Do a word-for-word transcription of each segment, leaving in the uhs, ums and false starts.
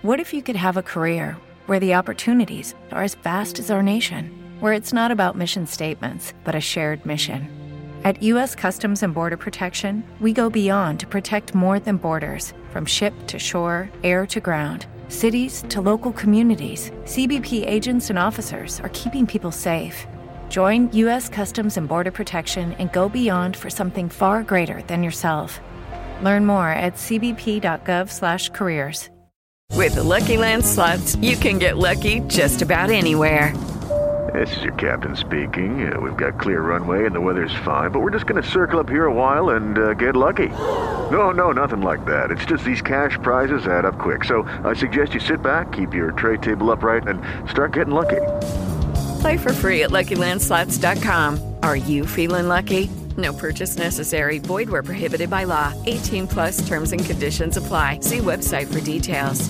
What if you could have a career where the opportunities are as vast as our nation, where it's not about mission statements, but a shared mission? At U S Customs and Border Protection, we go beyond to protect more than borders. From ship to shore, air to ground, cities to local communities, C B P agents and officers are keeping people safe. Join U S Customs and Border Protection and go beyond for something far greater than yourself. Learn more at c b p dot gov slash careers. With the Lucky Land Slots, you can get lucky just about anywhere. This is your captain speaking. Uh, we've got clear runway and the weather's fine, but we're just going to circle up here a while and uh, get lucky. No, no, nothing like that. It's just these cash prizes add up quick. So I suggest you sit back, keep your tray table upright, and start getting lucky. Play for free at lucky land slots dot com. Are you feeling lucky? No purchase necessary. Void where prohibited by law. eighteen plus terms and conditions apply. See website for details.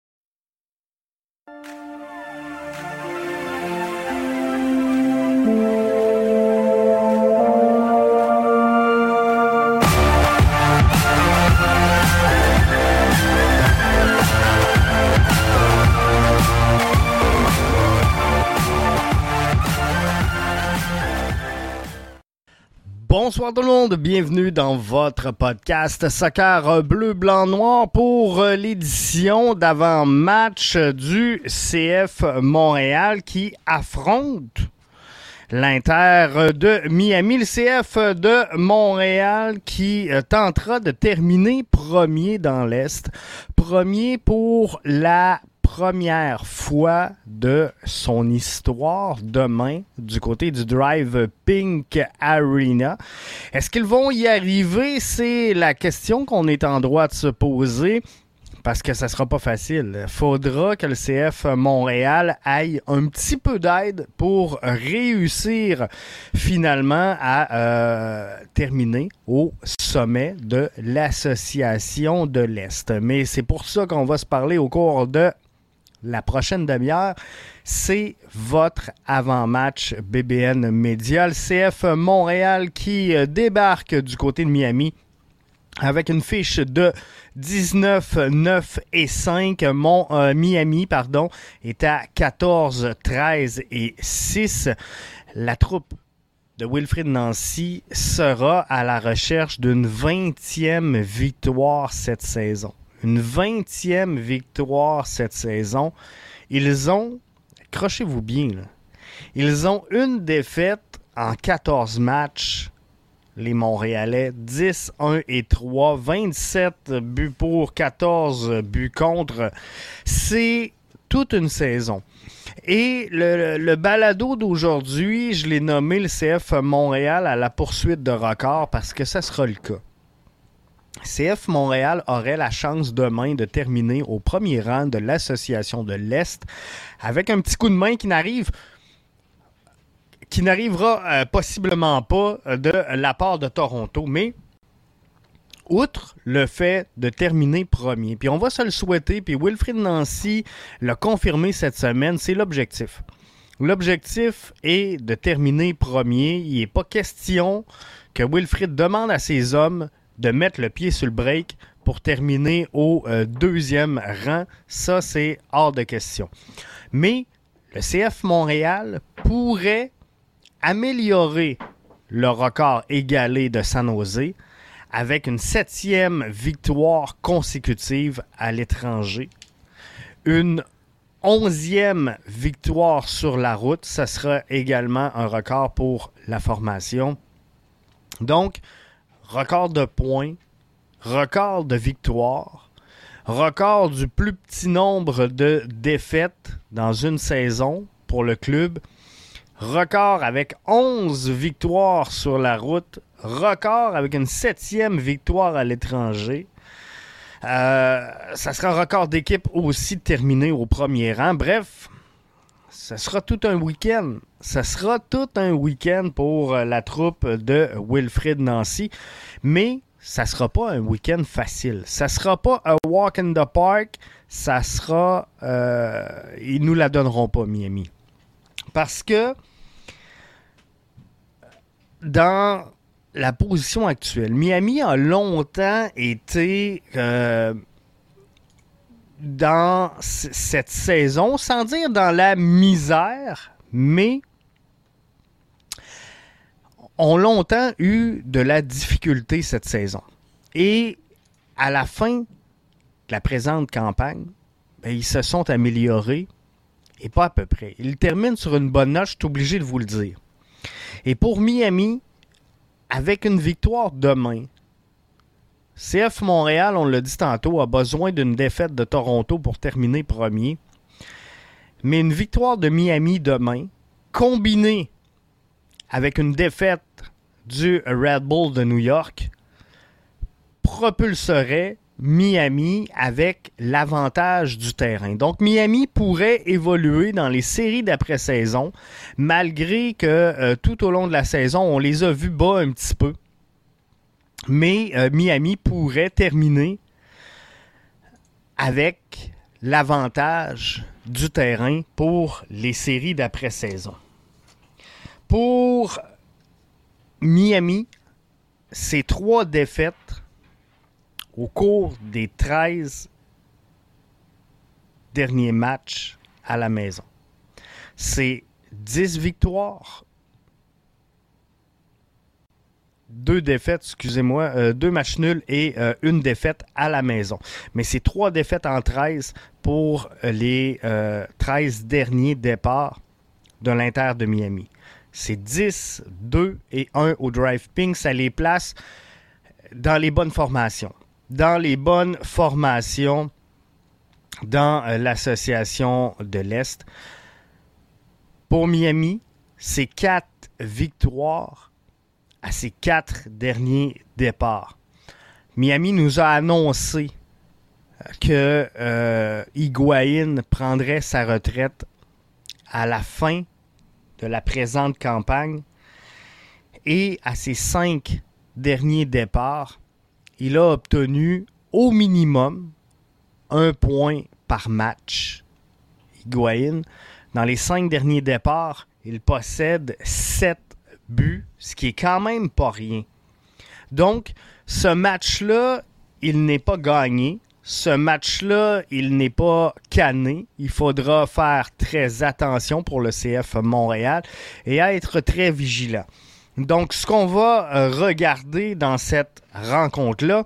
Bonsoir tout le monde, bienvenue dans votre podcast Soccer Bleu, Blanc, Noir pour l'édition d'avant-match du C F Montréal qui affronte l'Inter de Miami. Le C F de Montréal qui tentera de terminer premier dans l'Est, premier pour la première fois de son histoire demain du côté du Drive Pink Arena. Est-ce qu'ils vont y arriver? C'est la question qu'on est en droit de se poser parce que ça sera pas facile. Il faudra que le C F Montréal aille un petit peu d'aide pour réussir finalement à euh, terminer au sommet de l'Association de l'Est. Mais c'est pour ça qu'on va se parler au cours de la prochaine demi-heure, c'est votre avant-match B B N Média. Le C F Montréal qui débarque du côté de Miami avec une fiche de dix-neuf, neuf et cinq. Mon, euh, Miami pardon, est à quatorze, treize et six. La troupe de Wilfried Nancy sera à la recherche d'une vingtième victoire cette saison. Une vingtième victoire cette saison. Ils ont, accrochez-vous bien, là, ils ont une défaite en quatorze matchs, les Montréalais, dix, un et trois, vingt-sept buts pour, quatorze buts contre. C'est toute une saison. Et le, le balado d'aujourd'hui, je l'ai nommé le C F Montréal à la poursuite de records parce que ça sera le cas. C F Montréal aurait la chance demain de terminer au premier rang de l'Association de l'Est avec un petit coup de main qui n'arrive qui n'arrivera euh, possiblement pas de la part de Toronto, mais outre le fait de terminer premier, puis on va se le souhaiter, puis Wilfried Nancy l'a confirmé cette semaine, c'est l'objectif. L'objectif est de terminer premier. Il n'est pas question que Wilfried demande à ses hommes de mettre le pied sur le break pour terminer au euh, deuxième rang. Ça, c'est hors de question. Mais le C F Montréal pourrait améliorer le record égalé de San Jose avec une septième victoire consécutive à l'étranger. Une onzième victoire sur la route. Ça sera également un record pour la formation. Donc, record de points, record de victoires, record du plus petit nombre de défaites dans une saison pour le club, record avec onze victoires sur la route, record avec une septième victoire à l'étranger. Euh, ça sera un record d'équipe aussi terminé au premier rang. Bref, ça sera tout un week-end. Ça sera tout un week-end pour la troupe de Wilfried Nancy. Mais ça sera pas un week-end facile. Ça sera pas un walk in the park. Ça sera... Euh, ils nous la donneront pas, Miami. Parce que dans la position actuelle, Miami a longtemps été... Euh, dans c- cette saison, sans dire dans la misère, mais ont longtemps eu de la difficulté cette saison. Et à la fin de la présente campagne, ben, ils se sont améliorés, et pas à peu près. Ils terminent sur une bonne note, je suis obligé de vous le dire. Et pour Miami, avec une victoire demain, C F Montréal, on l'a dit tantôt, a besoin d'une défaite de Toronto pour terminer premier. Mais une victoire de Miami demain, combinée avec une défaite du Red Bull de New York, propulserait Miami avec l'avantage du terrain. Donc, Miami pourrait évoluer dans les séries d'après-saison, malgré que euh, tout au long de la saison, on les a vus bas un petit peu. Mais euh, Miami pourrait terminer avec l'avantage du terrain pour les séries d'après-saison. Pour Miami, c'est trois défaites au cours des treize derniers matchs à la maison. C'est dix victoires, deux défaites, excusez-moi, euh, deux matchs nuls et euh, une défaite à la maison. Mais c'est trois défaites en treize pour les euh, treize derniers départs de l'Inter de Miami. C'est dix, deux et un au Drive Pink. Ça les place dans les bonnes formations. Dans les bonnes formations dans euh, l'association de l'Est. Pour Miami, c'est quatre victoires à ses quatre derniers départs. Miami nous a annoncé que euh, Higuaín prendrait sa retraite à la fin de la présente campagne et à ses cinq derniers départs, il a obtenu au minimum un point par match. Higuaín, dans les cinq derniers départs, il possède sept buts, ce qui est quand même pas rien. Donc, ce match-là, il n'est pas gagné. Ce match-là, il n'est pas canné. Il faudra faire très attention pour le C F Montréal et être très vigilant. Donc, ce qu'on va regarder dans cette rencontre-là,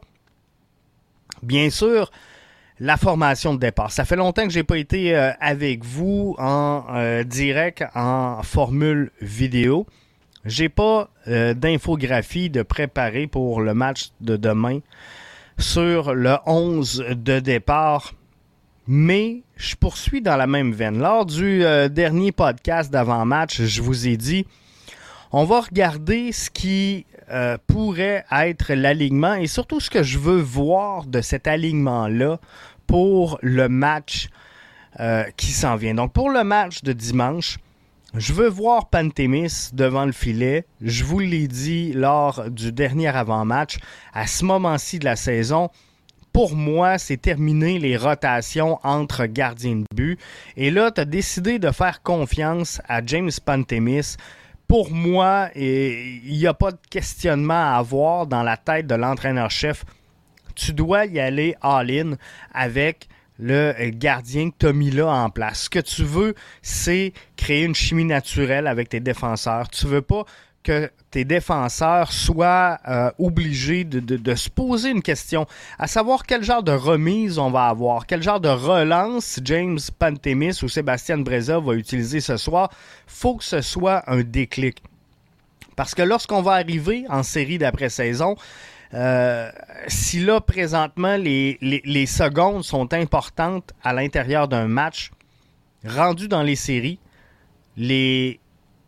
bien sûr, la formation de départ. Ça fait longtemps que je n'ai pas été euh, avec vous en euh, direct, en formule vidéo. J'ai pas euh, d'infographie de préparer pour le match de demain sur le onze de départ, mais je poursuis dans la même veine. Lors du euh, dernier podcast d'avant-match, je vous ai dit, on va regarder ce qui euh, pourrait être l'alignement et surtout ce que je veux voir de cet alignement-là pour le match euh, qui s'en vient. Donc pour le match de dimanche, je veux voir Pantémis devant le filet. Je vous l'ai dit lors du dernier avant-match. À ce moment-ci de la saison, pour moi, c'est terminé les rotations entre gardiens de but. Et là, tu as décidé de faire confiance à James Pantémis. Pour moi, il n'y a pas de questionnement à avoir dans la tête de l'entraîneur-chef. Tu dois y aller all-in avec le gardien que tu as mis là en place. Ce que tu veux, c'est créer une chimie naturelle avec tes défenseurs. Tu veux pas que tes défenseurs soient euh, obligés de, de, de se poser une question, à savoir quel genre de remise on va avoir, quel genre de relance James Pantémis ou Sébastien Breza va utiliser ce soir. Faut que ce soit un déclic. Parce que lorsqu'on va arriver en série d'après-saison, Euh, si là, présentement, les, les, les secondes sont importantes à l'intérieur d'un match, rendu dans les séries, les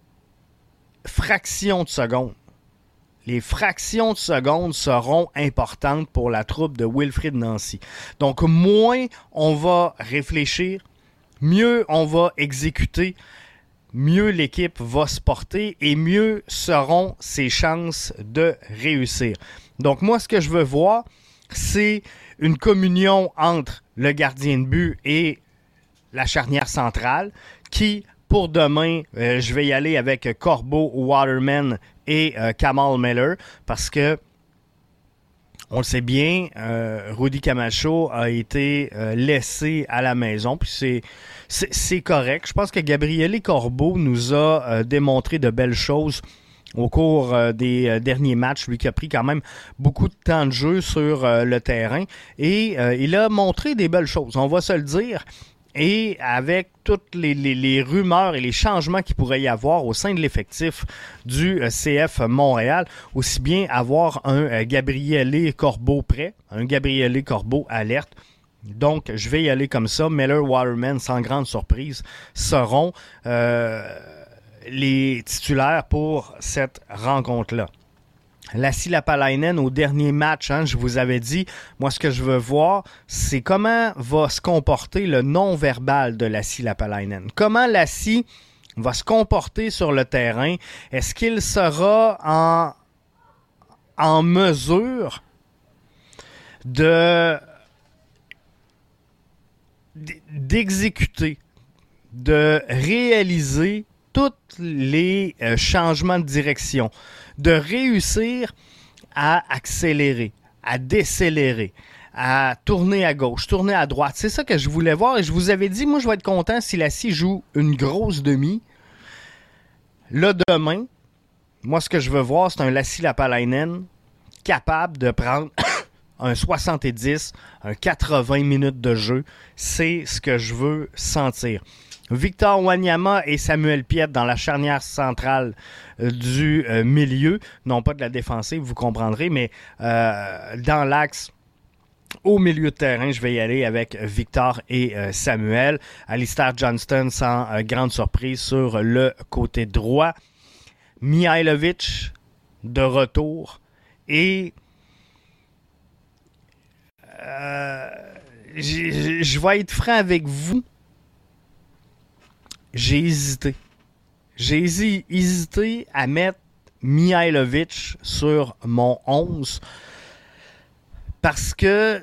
fractions de secondes, les fractions de secondes seront importantes pour la troupe de Wilfried Nancy. Donc, moins on va réfléchir, mieux on va exécuter, mieux l'équipe va se porter et mieux seront ses chances de réussir. Donc moi, ce que je veux voir, c'est une communion entre le gardien de but et la charnière centrale qui, pour demain, euh, je vais y aller avec Corbeau, Waterman et euh, Kamal Miller parce que On le sait bien, euh, Rudy Camacho a été euh, laissé à la maison, puis c'est, c'est, c'est correct. Je pense que Gabriele Corbeau nous a euh, démontré de belles choses au cours euh, des euh, derniers matchs, lui qui a pris quand même beaucoup de temps de jeu sur euh, le terrain, et euh, il a montré des belles choses, on va se le dire. Et avec toutes les, les, les rumeurs et les changements qu'il pourrait y avoir au sein de l'effectif du C F Montréal, aussi bien avoir un euh, Gabriele Corbeau prêt, un Gabriele Corbeau alerte. Donc, je vais y aller comme ça. Miller Waterman, sans grande surprise, seront euh, les titulaires pour cette rencontre-là. Lassi Lapalainen au dernier match, hein, je vous avais dit, moi ce que je veux voir, c'est comment va se comporter le non-verbal de Lassi Lapalainen. Comment Lassi va se comporter sur le terrain? Est-ce qu'il sera en, en mesure de d'exécuter, de réaliser tous les euh, changements de direction, de réussir à accélérer, à décélérer, à tourner à gauche, tourner à droite. C'est ça que je voulais voir et je vous avais dit, moi je vais être content si Lassi joue une grosse demi. Là demain, moi ce que je veux voir, c'est un Lassi Lapalainen capable de prendre un soixante-dix, un quatre-vingts minutes de jeu. C'est ce que je veux sentir. Victor Wanyama et Samuel Piette dans la charnière centrale euh, du euh, milieu, non pas de la défensive, vous comprendrez, mais euh, dans l'axe au milieu de terrain, je vais y aller avec Victor et euh, Samuel. Alistair Johnston sans euh, grande surprise sur le côté droit. Mihailovic de retour et euh, je vais être franc avec vous. J'ai hésité. J'ai hésité à mettre Mihailovic sur mon onze parce que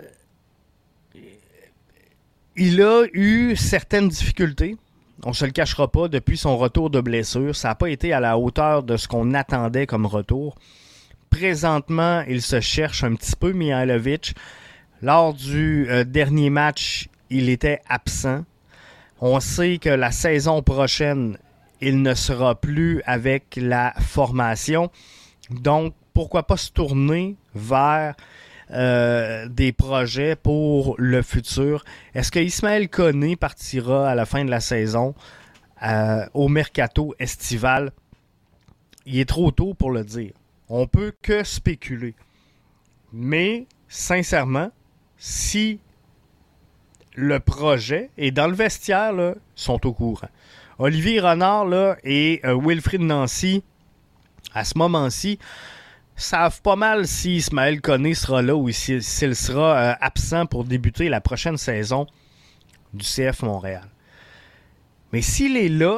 il a eu certaines difficultés. On ne se le cachera pas depuis son retour de blessure. Ça n'a pas été à la hauteur de ce qu'on attendait comme retour. Présentement, il se cherche un petit peu, Mihailovic. Lors du euh, dernier match, il était absent. On sait que la saison prochaine, il ne sera plus avec la formation. Donc, pourquoi pas se tourner vers euh, des projets pour le futur? Est-ce que Ismaël Koné partira à la fin de la saison euh, au mercato estival? Il est trop tôt pour le dire. On peut que spéculer. Mais, sincèrement, si le projet, et dans le vestiaire, là, sont au courant. Olivier Renard là, et euh, Wilfried Nancy, à ce moment-ci, savent pas mal si Ismaël Koné sera là ou si, s'il sera euh, absent pour débuter la prochaine saison du C F Montréal. Mais s'il est là,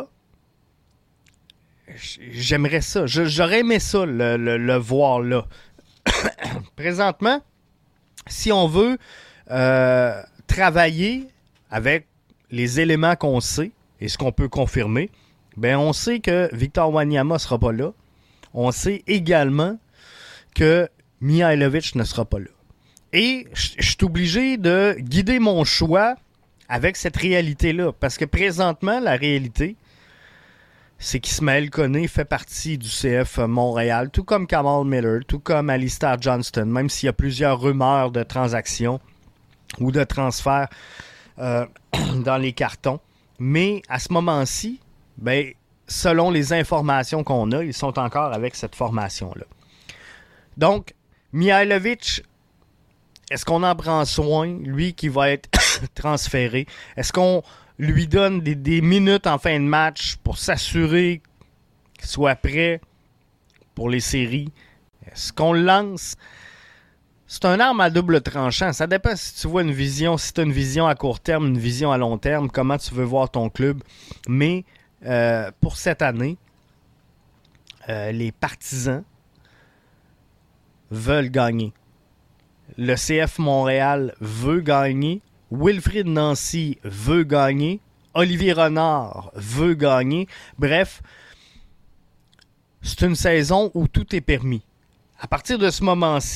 j'aimerais ça. J'aurais aimé ça, le, le, le voir là. Présentement, si on veut euh, travailler avec les éléments qu'on sait et ce qu'on peut confirmer, ben on sait que Victor Wanyama ne sera pas là. On sait également que Mihailovic ne sera pas là. Et je suis obligé de guider mon choix avec cette réalité-là. Parce que présentement, la réalité, c'est qu'Ismaël Koné fait partie du C F Montréal, tout comme Kamal Miller, tout comme Alistair Johnston, même s'il y a plusieurs rumeurs de transactions ou de transferts euh, dans les cartons. Mais à ce moment-ci, ben, selon les informations qu'on a, ils sont encore avec cette formation-là. Donc, Mihailovic, est-ce qu'on en prend soin, lui qui va être transféré? Est-ce qu'on lui donne des, des minutes en fin de match pour s'assurer qu'il soit prêt pour les séries? Est-ce qu'on le lance? C'est un arme à double tranchant. Ça dépend si tu vois une vision, si tu as une vision à court terme, une vision à long terme, comment tu veux voir ton club. Mais euh, pour cette année, euh, les partisans veulent gagner. Le C F Montréal veut gagner. Wilfried Nancy veut gagner. Olivier Renard veut gagner. Bref, c'est une saison où tout est permis. À partir de ce moment-ci,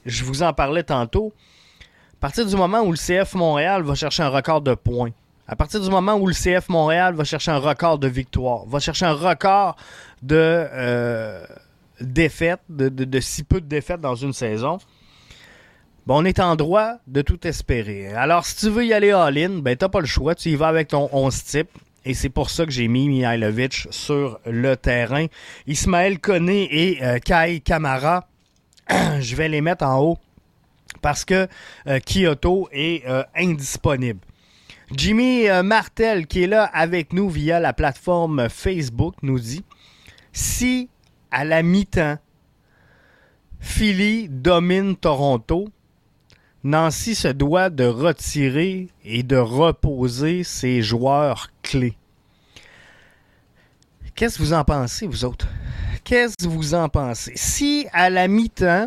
je vous en parlais tantôt, à partir du moment où le C F Montréal va chercher un record de points, à partir du moment où le C F Montréal va chercher un record de victoires, va chercher un record de euh, défaites, de, de, de si peu de défaites dans une saison, ben on est en droit de tout espérer. Alors, si tu veux y aller all-in, ben t'as pas le choix, tu y vas avec ton onze type. Et c'est pour ça que j'ai mis Mihailovic sur le terrain. Ismaël Koné et euh, Kai Kamara, je vais les mettre en haut parce que euh, Kyoto est euh, indisponible. Jimmy euh, Martel, qui est là avec nous via la plateforme Facebook, nous dit « Si, à la mi-temps, Philly domine Toronto, Nancy se doit de retirer et de reposer ses joueurs clés. » Qu'est-ce que vous en pensez, vous autres? Qu'est-ce que vous en pensez? Si, à la mi-temps,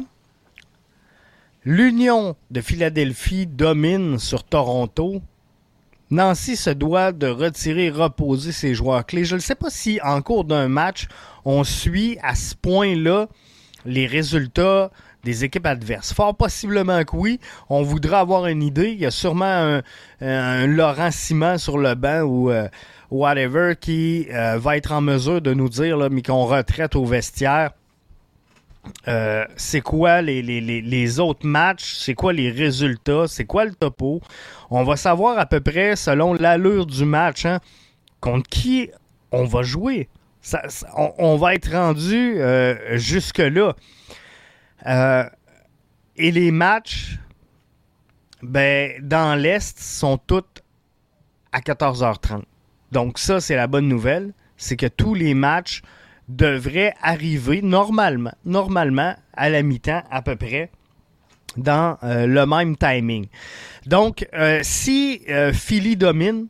l'Union de Philadelphie domine sur Toronto, Nancy se doit de retirer et reposer ses joueurs clés. Je ne sais pas si, en cours d'un match, on suit à ce point-là les résultats des équipes adverses. Fort possiblement que oui. On voudrait avoir une idée. Il y a sûrement un, un Laurent Simon sur le banc ou euh, whatever qui euh, va être en mesure de nous dire, là, mais qu'on retraite au vestiaire, euh, c'est quoi les, les, les, les autres matchs, c'est quoi les résultats, c'est quoi le topo. On va savoir à peu près, selon l'allure du match, hein, contre qui on va jouer. Ça, ça, on, on va être rendu euh, jusque-là. Euh, et les matchs, ben, dans l'Est, sont tous à quatorze heures trente. Donc ça, c'est la bonne nouvelle. C'est que tous les matchs devraient arriver normalement, normalement à la mi-temps à peu près, dans euh, le même timing. Donc, euh, si euh, Philly domine,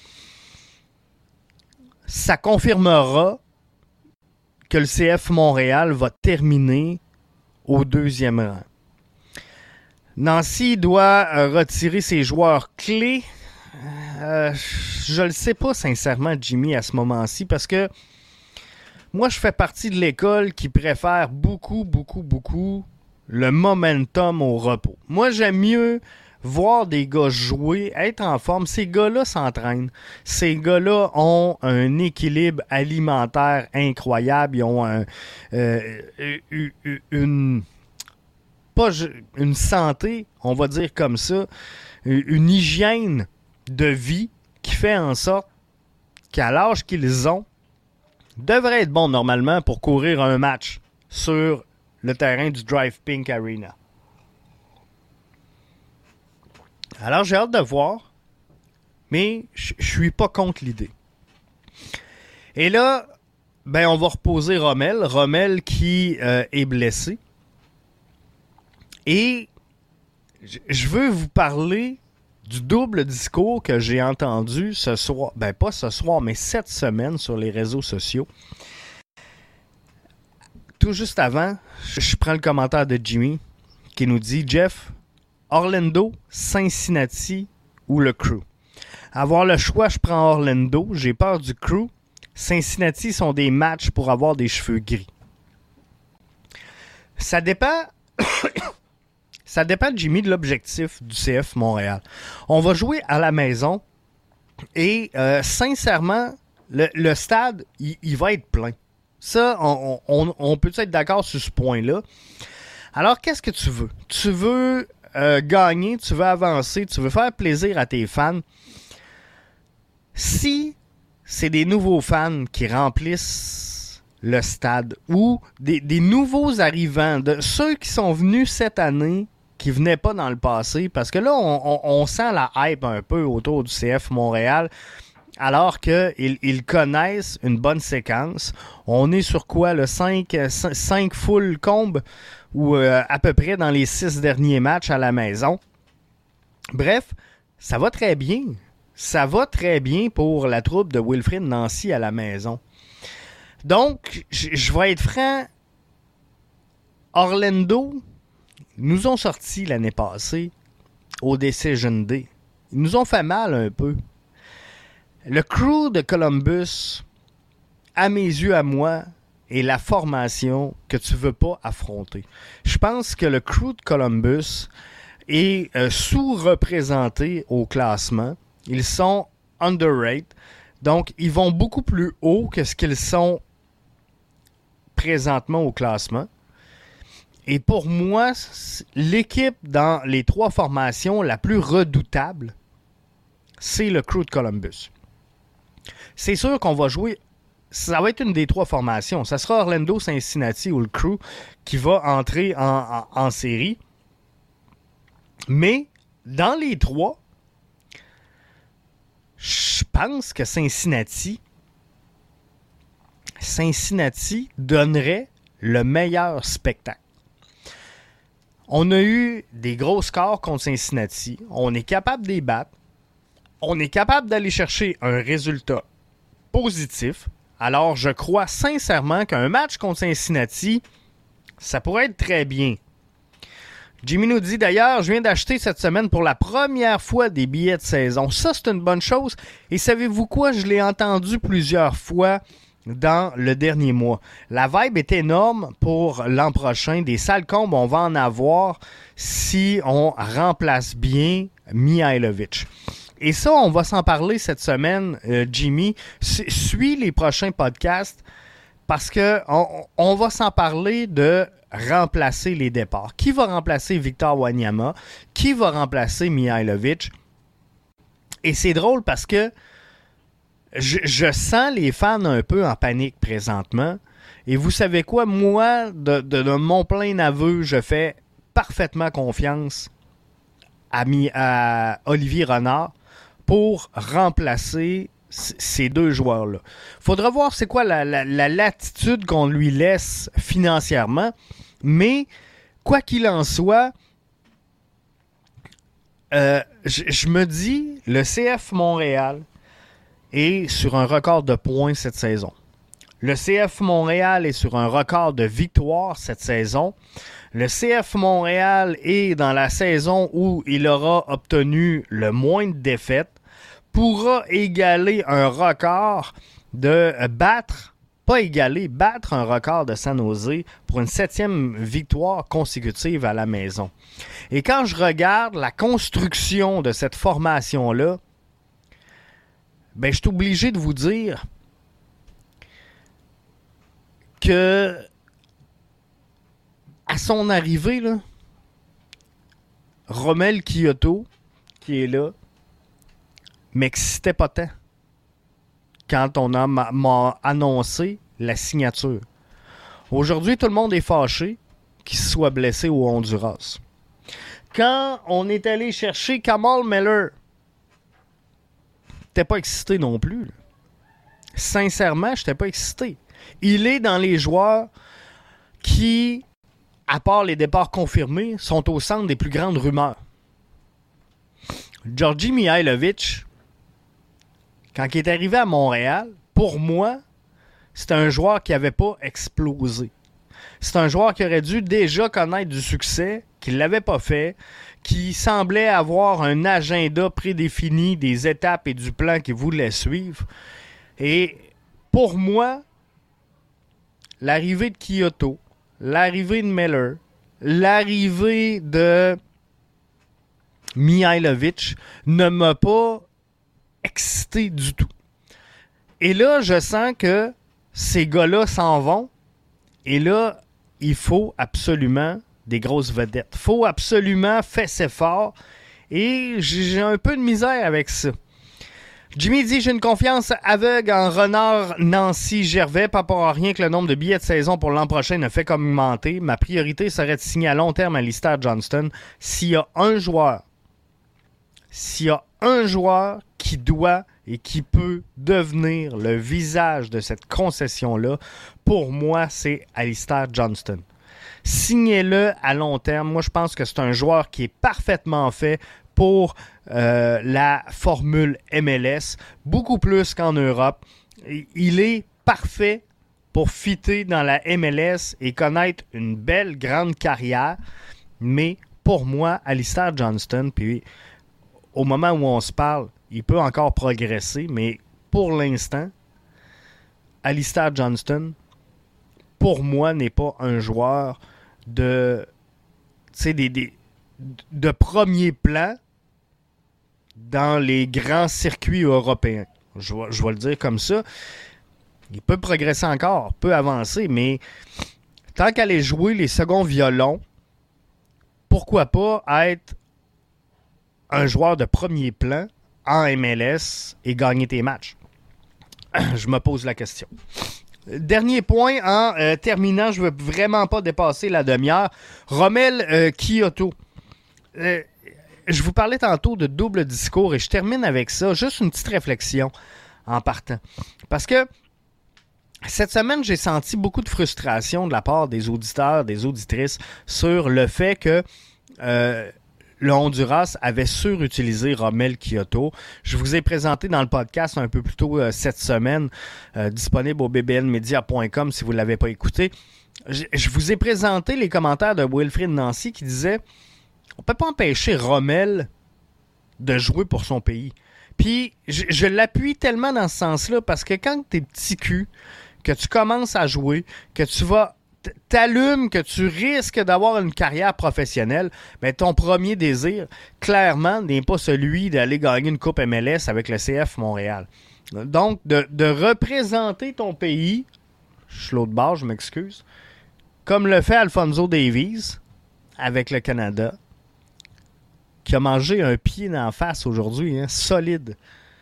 ça confirmera que le C F Montréal va terminer au deuxième rang. Nancy doit euh, retirer ses joueurs clés. Euh, je ne le sais pas sincèrement, Jimmy, à ce moment-ci, parce que moi, je fais partie de l'école qui préfère beaucoup, beaucoup, beaucoup le momentum au repos. Moi, j'aime mieux voir des gars jouer, être en forme. Ces gars-là s'entraînent. Ces gars-là ont un équilibre alimentaire incroyable. Ils ont un, euh, une, pas une santé, on va dire comme ça, une hygiène de vie qui fait en sorte qu'à l'âge qu'ils ont, devraient être bons normalement pour courir un match sur le terrain du Drive Pink Arena. Alors, j'ai hâte de voir, mais je suis pas contre l'idée. Et là, ben, on va reposer Rommel. Rommel qui euh, est blessé. Et je veux vous parler du double discours que j'ai entendu ce soir. Ben, pas ce soir, mais cette semaine sur les réseaux sociaux. Tout juste avant, je prends le commentaire de Jimmy qui nous dit « Jeff, Orlando, Cincinnati ou le Crew. Avoir le choix, je prends Orlando. J'ai peur du Crew. Cincinnati sont des matchs pour avoir des cheveux gris. » Ça dépend... Ça dépend, Jimmy, de l'objectif du C F Montréal. On va jouer à la maison et euh, sincèrement, le, le stade, il, il va être plein. Ça, on, on, on peut être d'accord sur ce point-là. Alors, qu'est-ce que tu veux? Tu veux euh, gagner, tu veux avancer, tu veux faire plaisir à tes fans. Si c'est des nouveaux fans qui remplissent le stade ou des, des nouveaux arrivants, de ceux qui sont venus cette année, qui ne venaient pas dans le passé, parce que là, on, on, on sent la hype un peu autour du C F Montréal, alors qu'ils ils connaissent une bonne séquence. On est sur quoi, le cinq, cinq full combes, ou euh, à peu près dans les six derniers matchs à la maison. Bref, ça va très bien. Ça va très bien pour la troupe de Wilfrid Nancy à la maison. Donc, je vais être franc, Orlando nous ont sorti l'année passée au Decision Day. Ils nous ont fait mal un peu. Le Crew de Columbus, à mes yeux, à moi, est la formation que tu ne veux pas affronter. Je pense que le Crew de Columbus est euh, sous-représenté au classement. Ils sont underrated. Donc, ils vont beaucoup plus haut que ce qu'ils sont présentement au classement. Et pour moi, l'équipe dans les trois formations la plus redoutable, c'est le Crew de Columbus. C'est sûr qu'on va jouer, ça va être une des trois formations. Ça sera Orlando, Cincinnati ou le Crew qui va entrer en, en, en série. Mais dans les trois, je pense que Cincinnati, Cincinnati donnerait le meilleur spectacle. On a eu des gros scores contre Cincinnati. On est capable de les battre. On est capable d'aller chercher un résultat positif. Alors, je crois sincèrement qu'un match contre Cincinnati, ça pourrait être très bien. Jimmy nous dit d'ailleurs, je viens d'acheter cette semaine pour la première fois des billets de saison. Ça, c'est une bonne chose. Et savez-vous quoi? Je l'ai entendu plusieurs fois dans le dernier mois. La vibe est énorme pour l'an prochain. Des salles combles, on va en avoir si on remplace bien Mihailovic. Et ça, on va s'en parler cette semaine, euh, Jimmy. Suis les prochains podcasts parce que on, on va s'en parler de remplacer les départs. Qui va remplacer Victor Wanyama? Qui va remplacer Mihailovic? Et c'est drôle parce que Je, je sens les fans un peu en panique présentement. Et vous savez quoi? Moi, de, de, de mon plein aveu, je fais parfaitement confiance à, mi, à Olivier Renard pour remplacer c- ces deux joueurs-là. Faudra voir c'est quoi la, la, la latitude qu'on lui laisse financièrement. Mais, quoi qu'il en soit, euh, je, je me dis, le C F Montréal est sur un record de points cette saison. Le C F Montréal est sur un record de victoires cette saison. Le C F Montréal est dans la saison où il aura obtenu le moins de défaites, pourra égaler un record de battre, pas égaler, battre un record de San Jose pour une septième victoire consécutive à la maison. Et quand je regarde la construction de cette formation-là, ben, je suis obligé de vous dire que à son arrivée, là, Romel Kyoto, qui est là, m'excitait pas tant quand on a m'a, m'a annoncé la signature. Aujourd'hui, tout le monde est fâché qu'il soit blessé au Honduras. Quand on est allé chercher Kamal Miller, j'étais pas excité non plus. Là. Sincèrement, j'étais pas excité. Il est dans les joueurs qui, à part les départs confirmés, sont au centre des plus grandes rumeurs. Georgi Mihailovic, quand il est arrivé à Montréal, pour moi, c'est un joueur qui n'avait pas explosé. C'est un joueur qui aurait dû déjà connaître du succès, qui ne l'avait pas fait, qui semblait avoir un agenda prédéfini des étapes et du plan qu'il voulait suivre. Et pour moi, l'arrivée de Kyoto, l'arrivée de Miller, l'arrivée de Mihailovic ne m'a pas excité du tout. Et là, je sens que ces gars-là s'en vont. Et là, il faut absolument des grosses vedettes. Il faut absolument fesser fort. Et j'ai un peu de misère avec ça. Jimmy dit, j'ai une confiance aveugle en Renard Nancy Gervais. Pas pour rien que le nombre de billets de saison pour l'an prochain ne fait qu'augmenter. Ma priorité serait de signer à long terme à Alistair Johnston. S'il y a un joueur, s'il y a un joueur qui doit et qui peut devenir le visage de cette concession-là, pour moi, c'est Alistair Johnston. Signez-le à long terme. Moi, je pense que c'est un joueur qui est parfaitement fait pour euh, la formule M L S, beaucoup plus qu'en Europe. Il est parfait pour fitter dans la M L S et connaître une belle, grande carrière. Mais pour moi, Alistair Johnston, puis au moment où on se parle, il peut encore progresser, mais pour l'instant, Alistair Johnston, pour moi, n'est pas un joueur de, tu sais, des, des, de premier plan dans les grands circuits européens. Je vais, je vais le dire comme ça. Il peut progresser encore, peut avancer, mais tant qu'aller jouer les seconds violons, pourquoi pas être un joueur de premier plan en M L S et gagner tes matchs? Je me pose la question. Dernier point, en euh, terminant, je ne veux vraiment pas dépasser la demi-heure. Romel euh, Kyoto. Euh, je vous parlais tantôt de double discours et je termine avec ça. Juste une petite réflexion en partant. Parce que cette semaine, j'ai senti beaucoup de frustration de la part des auditeurs, des auditrices sur le fait que euh, le Honduras avait surutilisé Romel Kyoto. Je vous ai présenté dans le podcast un peu plus tôt euh, cette semaine, euh, disponible au b b n media point com si vous ne l'avez pas écouté. Je, je vous ai présenté les commentaires de Wilfrid Nancy qui disait « On ne peut pas empêcher Romel de jouer pour son pays. » Puis, je, je l'appuie tellement dans ce sens-là parce que quand tu es petit cul, que tu commences à jouer, que tu vas t'allumes, que tu risques d'avoir une carrière professionnelle, mais ton premier désir, clairement, n'est pas celui d'aller gagner une coupe M L S avec le C F Montréal. Donc, de, de représenter ton pays, je suis l'autre bord, je m'excuse, comme le fait Alphonso Davies avec le Canada, qui a mangé un pied d'en face aujourd'hui, hein, solide.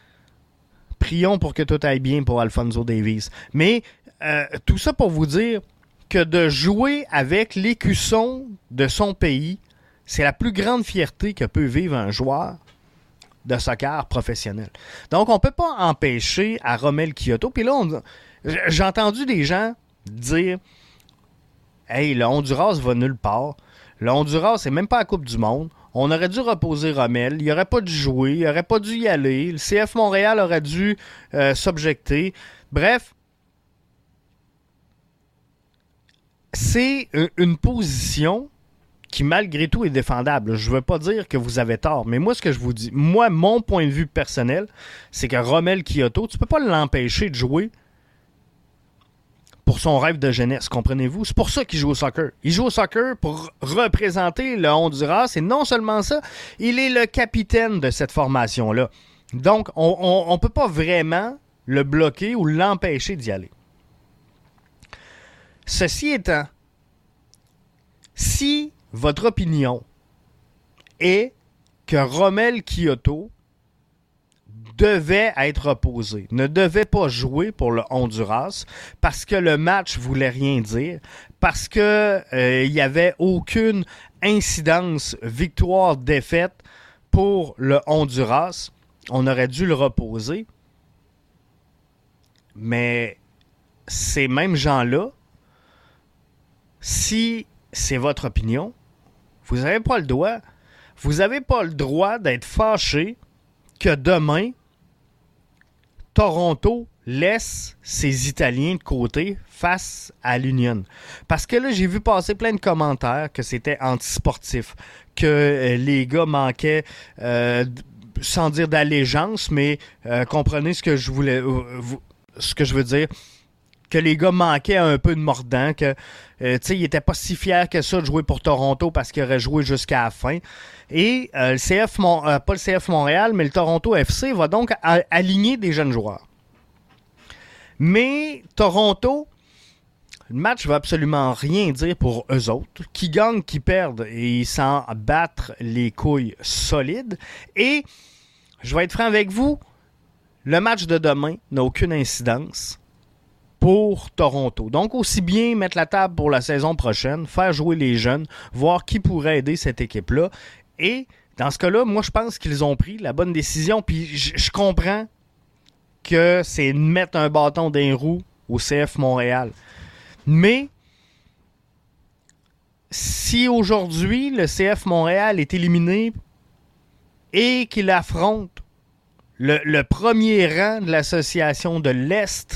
Prions pour que tout aille bien pour Alphonso Davies. Mais euh, tout ça pour vous dire que de jouer avec l'écusson de son pays, c'est la plus grande fierté que peut vivre un joueur de soccer professionnel. Donc, on ne peut pas empêcher à Romel Kyoto. Puis là, on, j'ai entendu des gens dire « Hey, le Honduras va nulle part. Le Honduras, c'est même pas la Coupe du Monde. On aurait dû reposer Romel. Il n'aurait pas dû jouer. Il n'aurait pas dû y aller. Le C F Montréal aurait dû euh, s'objecter. » Bref, c'est une position qui, malgré tout, est défendable. Je ne veux pas dire que vous avez tort, mais moi, ce que je vous dis, moi, mon point de vue personnel, c'est que Romel Kyoto, tu ne peux pas l'empêcher de jouer pour son rêve de jeunesse, comprenez-vous? C'est pour ça qu'il joue au soccer. Il joue au soccer pour représenter le Honduras, et non seulement ça, il est le capitaine de cette formation-là. Donc, on ne peut pas vraiment le bloquer ou l'empêcher d'y aller. Ceci étant, si votre opinion est que Romel Kyoto devait être opposé, ne devait pas jouer pour le Honduras parce que le match voulait rien dire, parce que euh, il n'y avait aucune incidence victoire-défaite pour le Honduras, on aurait dû le reposer. Mais ces mêmes gens-là, si c'est votre opinion, vous n'avez pas le droit. Vous n'avez pas le droit d'être fâché que demain, Toronto laisse ses Italiens de côté face à l'Union. Parce que là, j'ai vu passer plein de commentaires que c'était antisportif, que euh, les gars manquaient, euh, sans dire d'allégeance, mais euh, comprenez ce que je voulais, euh, vous, ce que je veux dire, que les gars manquaient un peu de mordant, que euh, tu sais, ils n'étaient pas si fiers que ça de jouer pour Toronto parce qu'ils auraient joué jusqu'à la fin. Et euh, le C F Mon- euh, pas le C F Montréal, mais le Toronto F C va donc a- aligner des jeunes joueurs. Mais Toronto, le match ne va absolument rien dire pour eux autres. Qui gagnent, qui perdent, et ils s'en battent les couilles solides. Et je vais être franc avec vous, le match de demain n'a aucune incidence pour Toronto. Donc, aussi bien mettre la table pour la saison prochaine, faire jouer les jeunes, voir qui pourrait aider cette équipe-là. Et dans ce cas-là, moi, je pense qu'ils ont pris la bonne décision. Puis, je, je comprends que c'est mettre un bâton dans les roues au C F Montréal. Mais, si aujourd'hui, le C F Montréal est éliminé et qu'il affronte le, le premier rang de l'association de l'Est,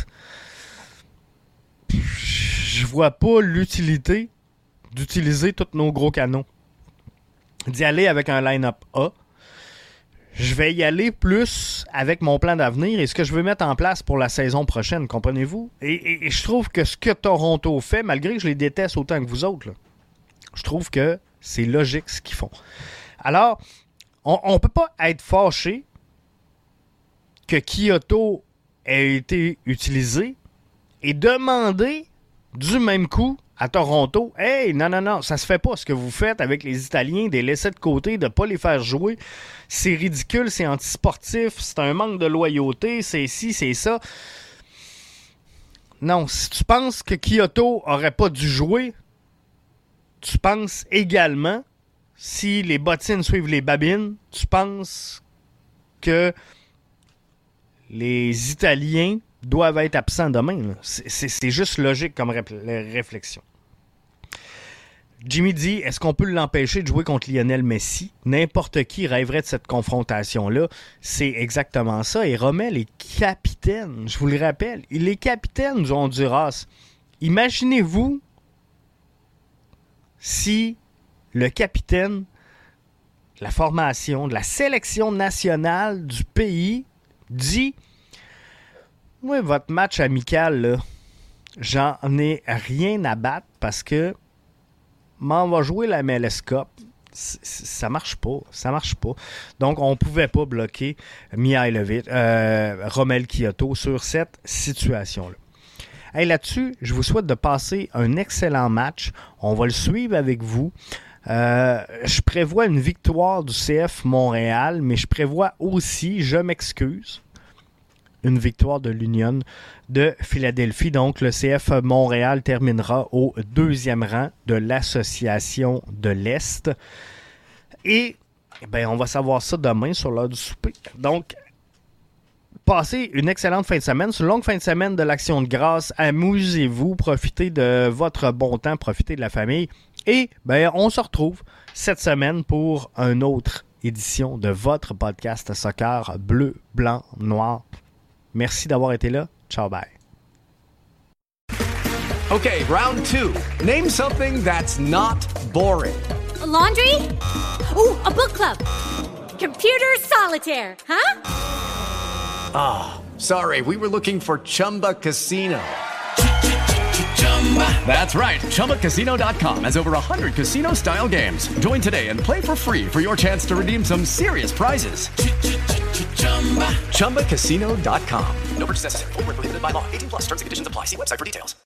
je vois pas l'utilité d'utiliser tous nos gros canons. D'y aller avec un line-up A. je vais y aller plus avec mon plan d'avenir et ce que je veux mettre en place pour la saison prochaine, comprenez-vous? Et, et, et je trouve que ce que Toronto fait, malgré que je les déteste autant que vous autres, là, je trouve que c'est logique ce qu'ils font. Alors, on ne peut pas être fâché que Kyoto ait été utilisé et demander du même coup à Toronto, « Hey, non, non, non, ça se fait pas ce que vous faites avec les Italiens, des laisser de côté, de ne pas les faire jouer. C'est ridicule, c'est antisportif, c'est un manque de loyauté, c'est ci, c'est ça. » Non, si tu penses que Kyoto aurait pas dû jouer, tu penses également, si les bottines suivent les babines, tu penses que les Italiens doivent être absents demain. C'est, c'est, c'est juste logique comme ré- réflexion. Jimmy dit, est-ce qu'on peut l'empêcher de jouer contre Lionel Messi? N'importe qui rêverait de cette confrontation-là. C'est exactement ça. Et Rommel est capitaine, je vous le rappelle. Il est capitaine du Honduras. Imaginez-vous si le capitaine de la formation, de la sélection nationale du pays dit « Oui, votre match amical, là, j'en ai rien à battre parce que m'en va jouer la M L S Cup. » Ça marche pas. Ça marche pas. Donc, on pouvait pas bloquer Mihailovic, euh, Rommel Kyoto sur cette situation-là. Hey, là-dessus, je vous souhaite de passer un excellent match. On va le suivre avec vous. Euh, je prévois une victoire du C F Montréal, mais je prévois aussi, je m'excuse, une victoire de l'Union de Philadelphie. Donc, le C F Montréal terminera au deuxième rang de l'Association de l'Est. Et, eh bien, on va savoir ça demain sur l'heure du souper. Donc, passez une excellente fin de semaine. C'est une longue fin de semaine de l'Action de grâce. Amusez-vous, profitez de votre bon temps, profitez de la famille. Et ben, on se retrouve cette semaine pour une autre édition de votre podcast Soccer Bleu, Blanc, Noir. Merci d'avoir été là. Ciao, bye. Okay, round two. Name something that's not boring. A laundry? Ooh, a book club. Computer solitaire, huh? Ah, oh, sorry, we were looking for Chumba Casino. That's right. Chumba Casino dot com has over one hundred casino-style games. Join today and play for free for your chance to redeem some serious prizes. Chumba Casino dot com. No purchase necessary. Void where prohibited by law. eighteen plus terms and conditions apply. See website for details.